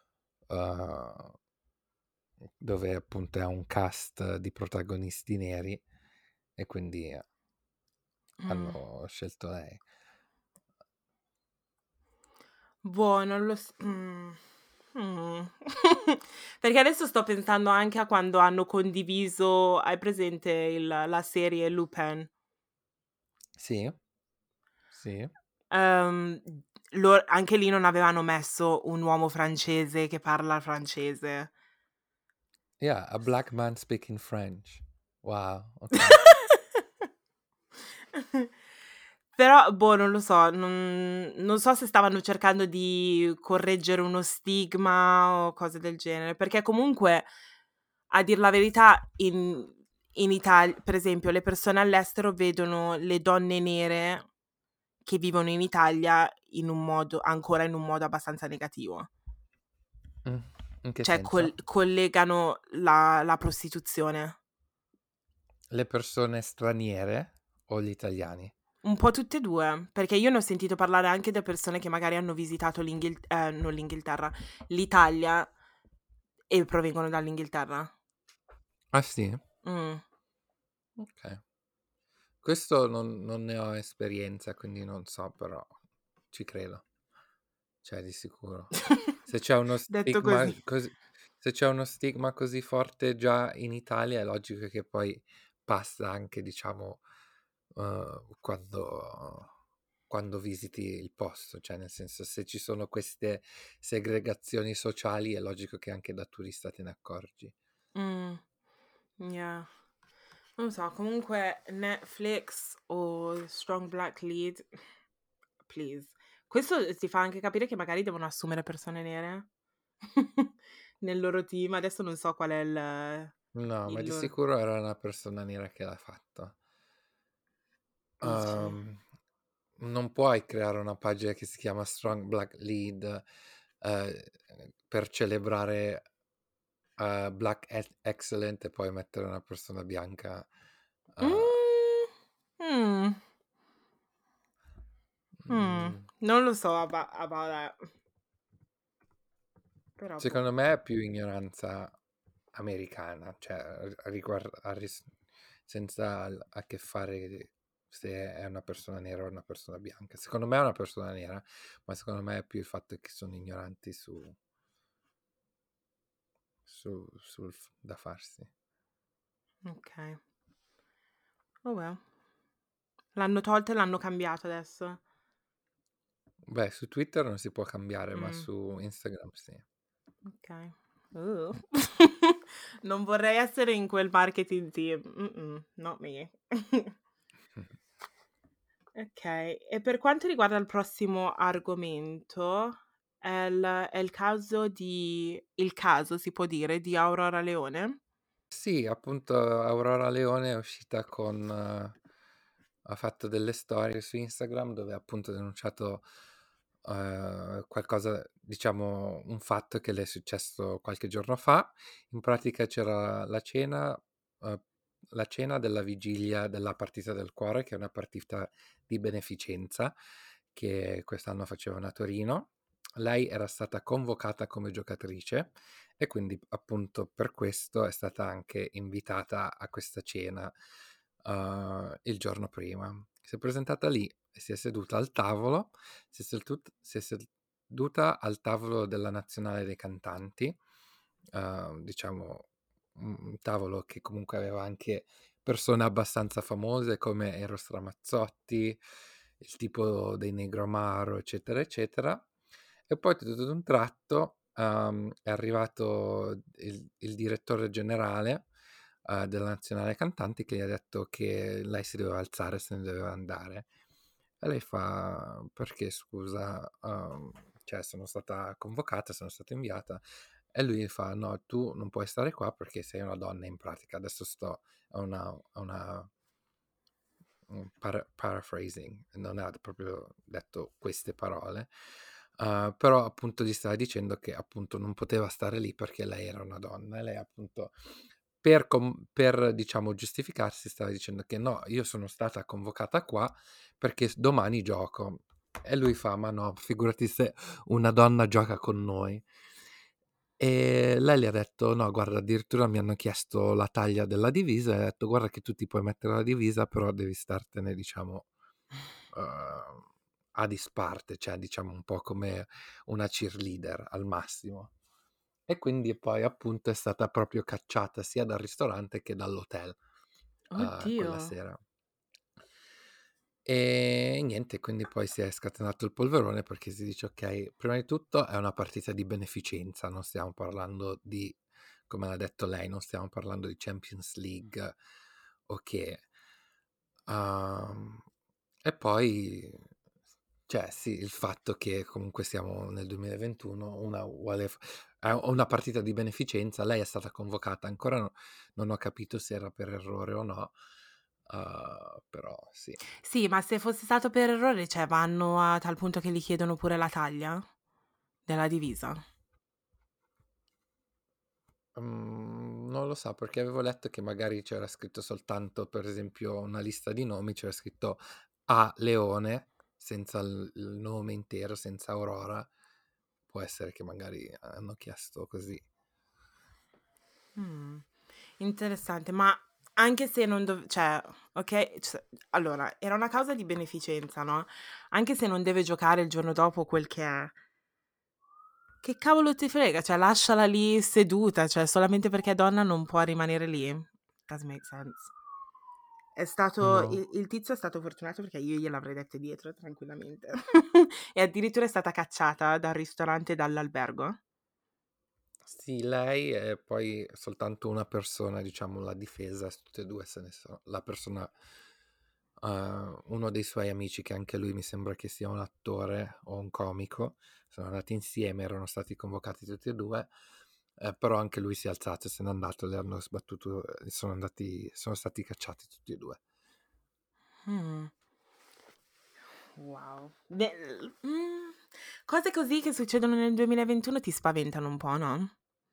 eh, dove appunto è un cast di protagonisti neri e quindi eh, Mh. hanno scelto lei. Boh, non lo s mh. Mh. Perché adesso sto pensando anche a quando hanno condiviso hai presente il la serie Lupin? Sì, sì. Ehm, lo anche lì non avevano messo un uomo francese che parla francese. Yeah, a black man speaking French. Wow, ok. Però, boh, non lo so, non non so se stavano cercando di correggere uno stigma o cose del genere, perché comunque, a dir la verità, in in Ital per esempio, le persone all'estero vedono le donne nere che vivono in Italia in un modo ancora in un modo abbastanza negativo. Mm, in che Cioè col senso? collegano la la prostituzione. Le persone straniere o gli italiani? Un po' tutte e due, perché io ne ho sentito parlare anche da persone che magari hanno visitato l'Inghil ehm, non l'Inghilterra, l'Italia e provengono dall'Inghilterra. Ah sì? Mh. Ok. Questo non, non ne ho esperienza, quindi non so, però ci credo. Cioè, di sicuro. Se c'è uno Detto stigma così. così, se c'è uno stigma così forte già in Italia, è logico che poi passa anche, diciamo, eh, quando, quando visiti il posto. Cioè, nel senso, se ci sono queste segregazioni sociali, è logico che anche da turista te ne accorgi. Mh. Yeah. Non lo so, comunque Netflix o Strong Black Lead, please. Questo ti fa anche capire che magari devono assumere persone nere? nel loro team. Adesso non so qual è il No, ma il di loro sicuro era una persona nera che l'ha fatto. dici? Uhm, non puoi creare una pagina che si chiama Strong Black Lead, ehm, per celebrare, uhm, Black ex excellent e poi mettere una persona bianca, uhm Mhmm, mh. Mh, mhmm, non lo so aba about that. Però boh. secondo me è più ignoranza americana, cioè a a riguar a ris senza l a che fare se è una persona nera o una persona bianca. Secondo me è una persona nera, ma secondo me è più il fatto che sono ignoranti su su sul f da farsi. Okay. Oh well. L'hanno tolto e l'hanno cambiato adesso? Beh, su Twitter non si può cambiare, ma Mh, su Instagram sì. okay. Uh. Non vorrei essere in quel marketing team. Mh-mh, not me. Okay, e per quanto riguarda il prossimo argomento, è il è il caso di il caso, si può dire, di Aurora Leone? Sì, appunto Aurora Leone è uscita con ha fatto delle storie su Instagram dove ha appunto denunciato, uhm, qualcosa diciamo un fatto che le è successo qualche giorno fa. In pratica c'era la cena uhm, la cena della vigilia della Partita del Cuore, che è una partita di beneficenza che quest'anno facevano a Torino. Lei era stata convocata come giocatrice e quindi appunto per questo è stata anche invitata a questa cena, uhm, il giorno prima. Si è presentata lì e si è seduta al tavolo, si è sedut si è seduta al tavolo della nazionale dei cantanti, uhm, diciamo un un tavolo che comunque aveva anche persone abbastanza famose come Eros Ramazzotti, il tipo dei Negromaro, eccetera, eccetera. E poi tutto ad un tratto, uhm, è arrivato il il direttore generale, uhm, della nazionale cantanti che gli ha detto che lei si doveva alzare, se ne doveva andare. E lei fa: "Perché scusa? Uhm, cioè sono stata convocata, sono stata inviata". E lui gli fa: "No, tu non puoi stare qua perché sei una donna in pratica". Adesso sto a una a una Mhmm, para paraphrasing, non ha proprio detto queste parole, uhm, però appunto gli stava dicendo che appunto non poteva stare lì perché lei era una donna e lei appunto per com per diciamo giustificarsi stava dicendo che: "No, io sono stata convocata qua perché s domani gioco". E lui fa: "Ma no, figurati se una donna gioca con noi". E lei le ha detto: "No, guarda, addirittura mi hanno chiesto la taglia della divisa", e ha detto: "Guarda che tu ti puoi mettere la divisa, però devi startene diciamo, uhm, a disparte, cioè diciamo un po' come una cheerleader al massimo". E quindi poi appunto è stata proprio cacciata sia dal ristorante che dall'hotel, uhm, Oddio. quella sera. E niente, quindi poi si è scatenato il polverone perché si dice: "Okay, prima di tutto è una partita di beneficenza, non stiamo parlando di come l'ha detto lei, non stiamo parlando di Champions League o che". Uhm, e poi cioè sì, il fatto che comunque siamo nel duemilaventuno, una vuole f è una partita di beneficenza, lei è stata convocata, ancora no non ho capito se era per errore o no, uhm, però sì. Sì, ma se fosse stato per errore, cioè vanno a tal punto che gli chiedono pure la taglia della divisa? Mhmm, non lo so, perché avevo letto che magari c'era scritto soltanto, per esempio, una lista di nomi, c'era scritto A. Leone, senza il il nome intero, senza Aurora. Può essere che magari hanno chiesto così. Mh, interessante, ma anche se non dov cioè, okay, c allora era una causa di beneficenza, no, anche se non deve giocare il giorno dopo quel che è, che cavolo ti frega? Cioè lasciala lì seduta, cioè solamente perché è donna non può rimanere lì? Doesn't make sense. È stato No. il il tizio è stato fortunato perché io gliel'avrei dette dietro tranquillamente. E addirittura è stata cacciata dal ristorante e dall'albergo? Sì, lei e poi soltanto una persona, diciamo, l'ha difesa, s tutte e due se ne so la persona uhm, uno dei suoi amici, che anche lui mi sembra che sia un attore o un comico, sono andati insieme, erano stati convocati tutti e due, eh, però anche lui si è alzato e se n'è andato, le hanno sbattuto, eh, sono andati, sono stati cacciati tutti e due. Mm. Wow. Beh, mm, cose così che succedono nel duemilaventuno ti spaventano un po', no?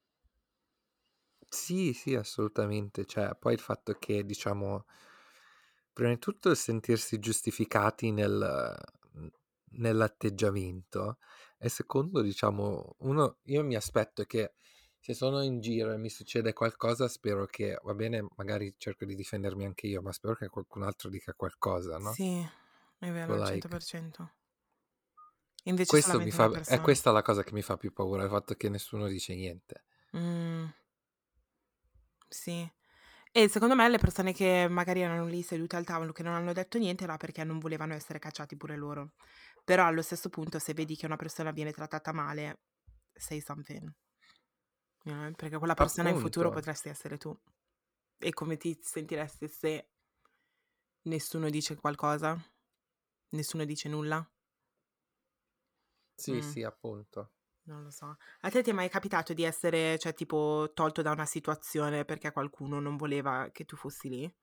Sì, sì, assolutamente. Cioè, poi il fatto che, diciamo, prima di tutto il sentirsi giustificati nel, nell'atteggiamento e secondo, diciamo, uno, io mi aspetto che se sono in giro e mi succede qualcosa, spero che, va bene, magari cerco di difendermi anche io, ma spero che qualcun altro dica qualcosa, no? Sì, è vero, So, al like, cento per cento. Invece questo mi solamente una fa, è persona. questa la cosa che mi fa più paura, il fatto che nessuno dice niente. Mm, sì. E secondo me le persone che magari erano lì sedute al tavolo che non hanno detto niente era perché non volevano essere cacciati pure loro. Però allo stesso punto se vedi che una persona viene trattata male, say something, you know, perché quella persona in futuro Appunto. potresti essere tu. E come ti sentiresti se nessuno dice qualcosa? Nessuno dice nulla? Sì, Mm, sì, appunto. non lo so. A te ti è mai capitato di essere, cioè, tipo, tolto da una situazione perché qualcuno non voleva che tu fossi lì?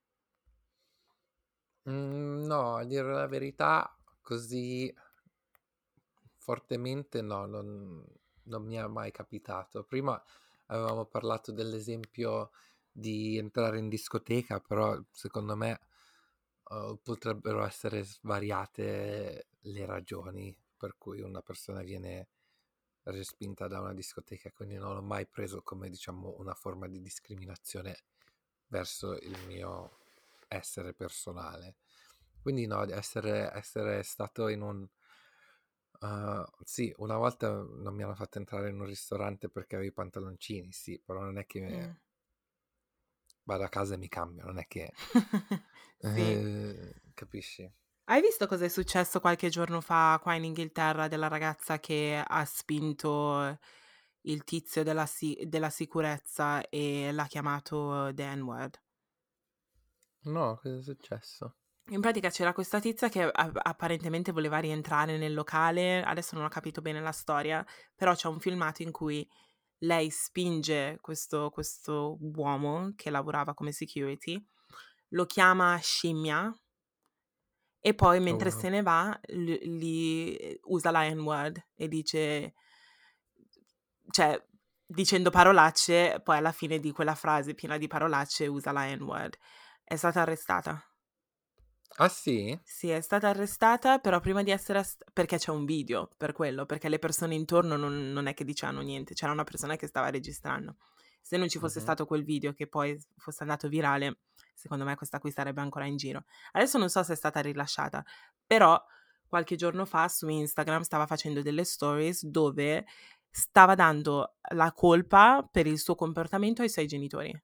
Mm, no, a dire la verità, così fortemente no, non, non mi è mai capitato. Prima avevamo parlato dell'esempio di entrare in discoteca, però secondo me eh, potrebbero essere svariate le ragioni per cui una persona viene respinta da una discoteca, quindi non l'ho mai preso come, diciamo, una forma di discriminazione verso il mio essere personale. Quindi no, essere, essere stato in un... uh, sì, una volta non mi hanno fatto entrare in un ristorante perché avevo i pantaloncini, sì, però non è che Mm. vado a casa e mi cambio, non è che... Sì. eh, capisci? Hai visto cosa è successo qualche giorno fa qua in Inghilterra della ragazza che ha spinto il tizio della, si- della sicurezza e l'ha chiamato the N-word? No, cosa è successo? In pratica c'era questa tizia che a- apparentemente voleva rientrare nel locale, adesso non ho capito bene la storia, però c'è un filmato in cui lei spinge questo, questo uomo che lavorava come security, lo chiama scimmia e poi Oh mentre wow. se ne va l- li eh, usa la N-word e dice, cioè dicendo parolacce, poi alla fine di quella frase piena di parolacce usa la N-word. È stata arrestata. Ah sì? Sì, è stata arrestata, però prima di essere ass perché c'è un video, per quello, perché le persone intorno non non è che dicevano niente, c'era una persona che stava registrando. Se non ci fosse Mhm. stato quel video che poi s fosse andato virale, secondo me questa qui sarebbe ancora in giro. Adesso non so se è stata rilasciata, però qualche giorno fa su Instagram stava facendo delle stories dove stava dando la colpa per il suo comportamento ai suoi genitori.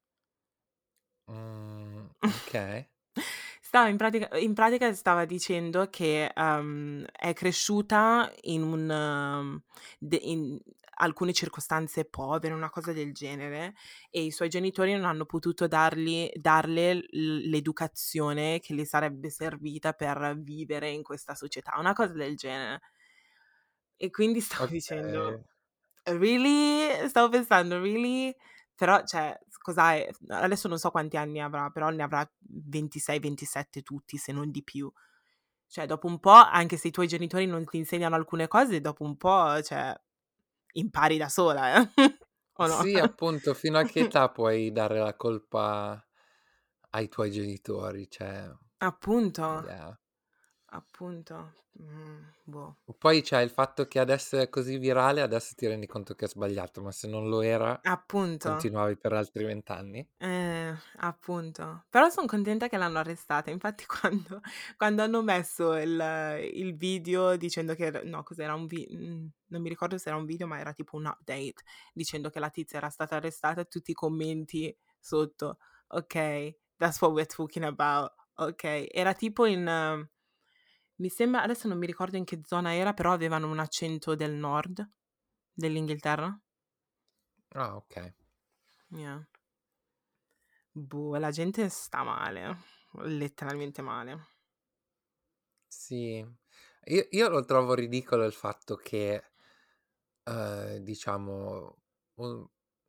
Mm, ok. Stava in pratica in pratica stava dicendo che, uhm, è cresciuta in un um, de in alcune circostanze povere, una cosa del genere, e i suoi genitori non hanno potuto dargli darle l l'educazione che le sarebbe servita per vivere in questa società, una cosa del genere. E quindi stavo Ok. dicendo: "Really?" Stavo pensando: "Really?" Però, cioè, s cos'ha e adesso non so quanti anni avrà, però ne avrà ventisei, ventisette tutti, se non di più. Cioè, dopo un po', anche se i tuoi genitori non ti insegnano alcune cose, dopo un po', cioè, impari da sola, eh. O no? Sì, appunto, fino a che età puoi dare la colpa ai tuoi genitori? Cioè, Appunto, yeah. appunto. Mhmm, boh. Poi c'è il fatto che adesso è così virale, adesso ti rendi conto che è sbagliato, ma se non lo era, Appunto. continuavi per altri vent'anni. Eh, appunto. Però son contenta che l'hanno arrestata. Infatti quando quando hanno messo il il video dicendo che er no, cos'era un vi mhmm, non mi ricordo se era un video, ma era tipo un update, dicendo che la tizia era stata arrestata, tutti i commenti sotto: "Okay, that's what we're talking about. Okay." Era tipo in eh, mi sembra adesso non mi ricordo in che zona era, però avevano un accento del nord dell'Inghilterra. Ah, ok. Yeah. Boh, la gente sta male, letteralmente male. Sì. Io, io lo trovo ridicolo il fatto che, eh, diciamo, un-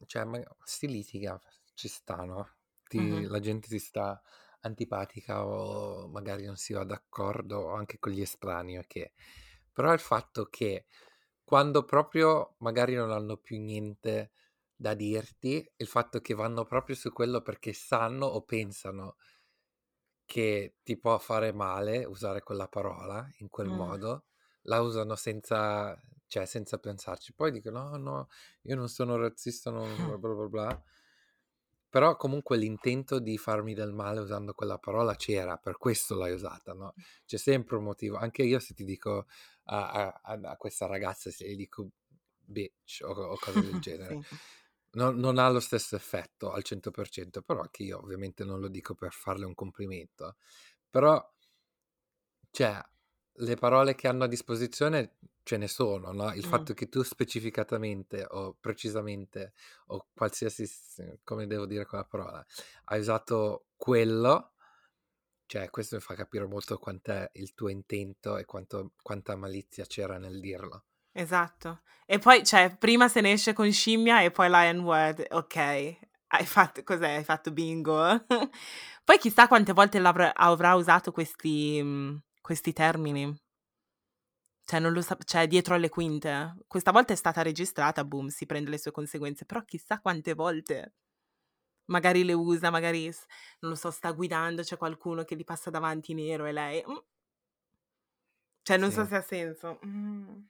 cioè ma si litiga, ci sta, no, ti Mh-mh. la gente ti sta antipatica o magari non si va d'accordo, o anche con gli estranei, okay. Però il fatto che quando proprio magari non hanno più niente da dirti, il fatto che vanno proprio su quello perché sanno o pensano che ti può fare male usare quella parola in quel Mh. modo, la usano senza cioè senza pensarci. Poi dicono: "No, no, io non sono razzista, non bla bla bla bla". Però comunque l'intento di farmi del male usando quella parola c'era, per questo l'hai usata, no, c'è sempre un motivo. Anche io se ti dico a a a a questa ragazza, se gli dico bitch o o cose del genere, Sì. non non ha lo stesso effetto al cento per cento, però anche io ovviamente non lo dico per farle un complimento. Però cioè, le parole che hanno a disposizione ce ne sono, no, il Mh. fatto che tu specificatamente o precisamente o qualsiasi s come devo dire quella parola, hai usato quello, cioè questo mi fa capire molto quant'è il tuo intento e quanto quanta malizia c'era nel dirlo. Esatto. E poi, cioè, prima se ne esce con scimmia e poi la N-word, okay. Hai fatto cos'è, hai fatto bingo. Poi chissà quante volte l'avrà avrà usato questi mhmm, questi termini. Cioè non lo sap cioè dietro alle quinte. Questa volta è stata registrata, boom, si prende le sue conseguenze, però chissà quante volte magari le usa, magari s non lo so, sta guidando, c'è qualcuno che gli passa davanti nero e lei mh, cioè non so Sì, se ha senso. Mh.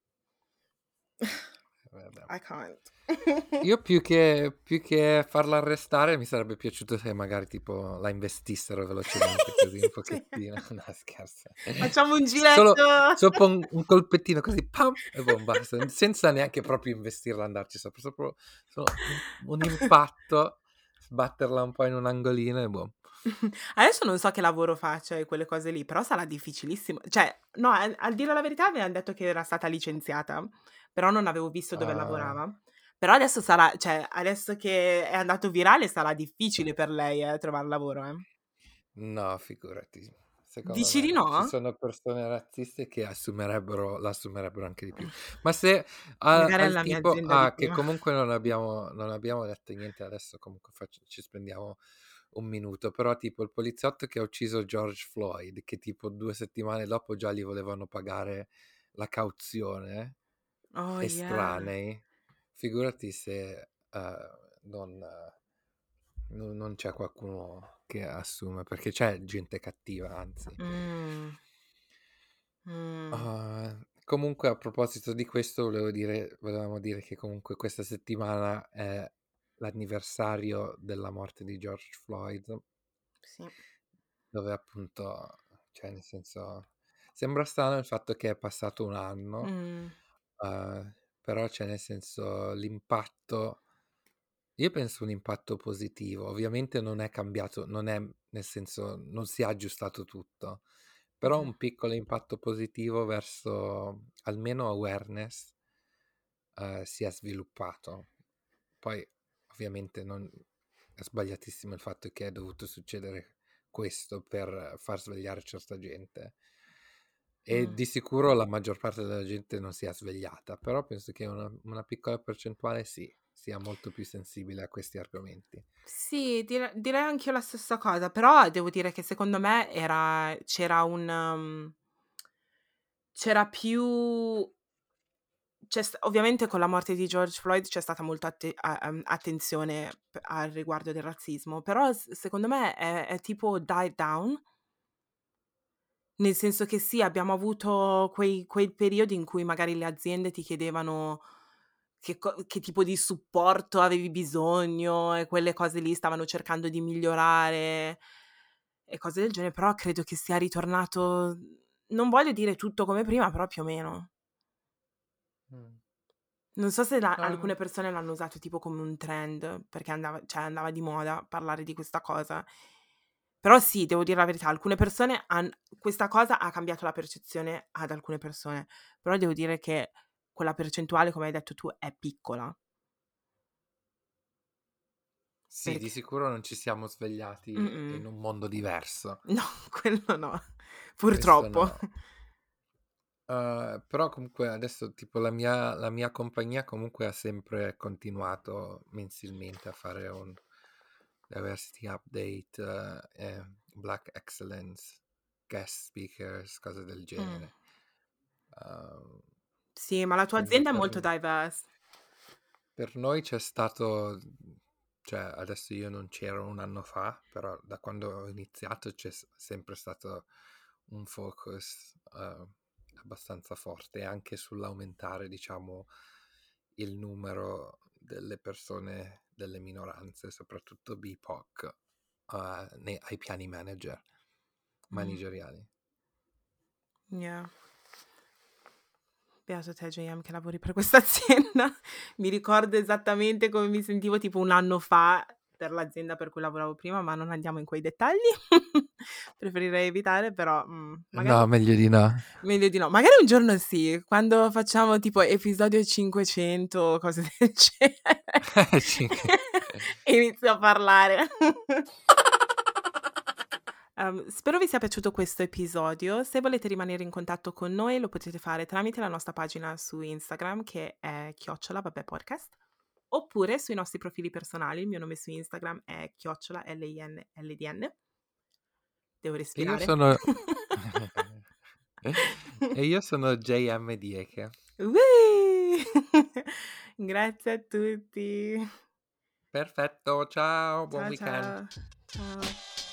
vabbè. I can't. Io più che più che farla arrestare mi sarebbe piaciuto se magari tipo la investissero velocemente così un Sì. pochettino. No scherzo. Facciamo un Solo giretto. sopra un un colpettino così pam e boom basta, senza neanche proprio investirla, andarci sopra, sopra solo un un impatto, sbatterla un po' in un angolino e boom. Adesso non so che lavoro faccia e quelle cose lì, però sarà difficilissimo. Cioè, no, a a dire la verità avevan detto che era stata licenziata, però non avevo visto dove Ah, lavorava. Però adesso sarà cioè, adesso che è andato virale sarà difficile per lei, eh, trovar lavoro, eh. no figurati. Secondo Dici me di no. Ci no? sono persone razziste che assumerebbero la assumerebbero anche di più. Ma se a Magari al alla mia tipo azienda di ah, che prima. comunque non abbiamo non abbiamo detto niente adesso, comunque facc ci spendiamo un minuto, però tipo il poliziotto che ha ucciso George Floyd, che tipo due settimane dopo già gli volevano pagare la cauzione, Oh yeah. estranei, figurati se, uhm, non non non c'è qualcuno che assume, perché c'è gente cattiva, anzi. Mh. Mh. Uhm, comunque a proposito di questo volevo dire volevamo dire che comunque questa settimana è l'anniversario della morte di George Floyd, Sì. dove appunto cioè nel senso sembra strano il fatto che è passato un anno, Mh. uhm, però cioè nel senso l'impatto io penso un impatto positivo. Ovviamente non è cambiato, non è nel senso non si è aggiustato tutto, però Mh-mh. un piccolo impatto positivo verso almeno awareness, ehm, si è sviluppato. Poi ovviamente non è sbagliatissimo il fatto che è dovuto succedere questo per far svegliare certa gente. E Mh. di sicuro la maggior parte della gente non si è svegliata, però penso che una una piccola percentuale sì, sia molto più sensibile a questi argomenti. Sì, dire direi anch'io la stessa cosa, però devo dire che secondo me era c'era un mhmm, c'era più c'è st ovviamente con la morte di George Floyd c'è stata molta atte a ehm, attenzione p al riguardo del razzismo, però s secondo me è è tipo died down, nel senso che sì, abbiamo avuto quei quei periodi in cui magari le aziende ti chiedevano che co che tipo di supporto avevi bisogno e quelle cose lì, stavano cercando di migliorare e cose del genere, però credo che sia ritornato, non voglio dire tutto come prima, però più o meno. Mh. Non so se la No, alcune no. persone l'hanno usato tipo come un trend, perché andava cioè andava di moda parlare di questa cosa. Però sì, devo dire la verità, alcune persone han questa cosa ha cambiato la percezione ad alcune persone, però devo dire che quella percentuale, come hai detto tu, è piccola, Sì, di perché sicuro non ci siamo svegliati mh-mh. in un mondo diverso. No, quello no, Questo purtroppo. no. Uh, però comunque adesso tipo la mia, la mia compagnia comunque ha sempre continuato mensilmente a fare un diversity update, uh, e Black Excellence, guest speakers, cose del Mm. genere. Uh, Sì, ma la tua quindi azienda è per, molto diverse. per noi c'è stato, cioè adesso io non c'ero un anno fa, però da quando ho iniziato c'è s- sempre stato un focus uh, abbastanza forte anche sull'aumentare, diciamo, il numero delle persone, delle minoranze, soprattutto B I P O C, uh, nei, ai piani manager, Mm. manageriali. Yeah. Beato te, J M, che lavori per questa azienda. Mi ricordo esattamente come mi sentivo tipo un anno fa per l'azienda per cui lavoravo prima, ma non andiamo in quei dettagli. Preferirei evitare, però mm, magari No, meglio di no. meglio di no. Magari un giorno sì, quando facciamo tipo episodio cinquecento o cose del genere. Cinque. E inizio a parlare. Um, spero vi sia piaciuto questo episodio. Se volete rimanere in contatto con noi lo potete fare tramite la nostra pagina su Instagram che è chiocciola vabbè podcast, oppure sui nostri profili personali. Il mio nome su Instagram è chiocciola L I N L D N. Devo E io respirare. sono e io sono J M Dieke. Ui! Grazie a tutti. Perfetto, ciao, buon Ciao weekend. ciao. Ciao.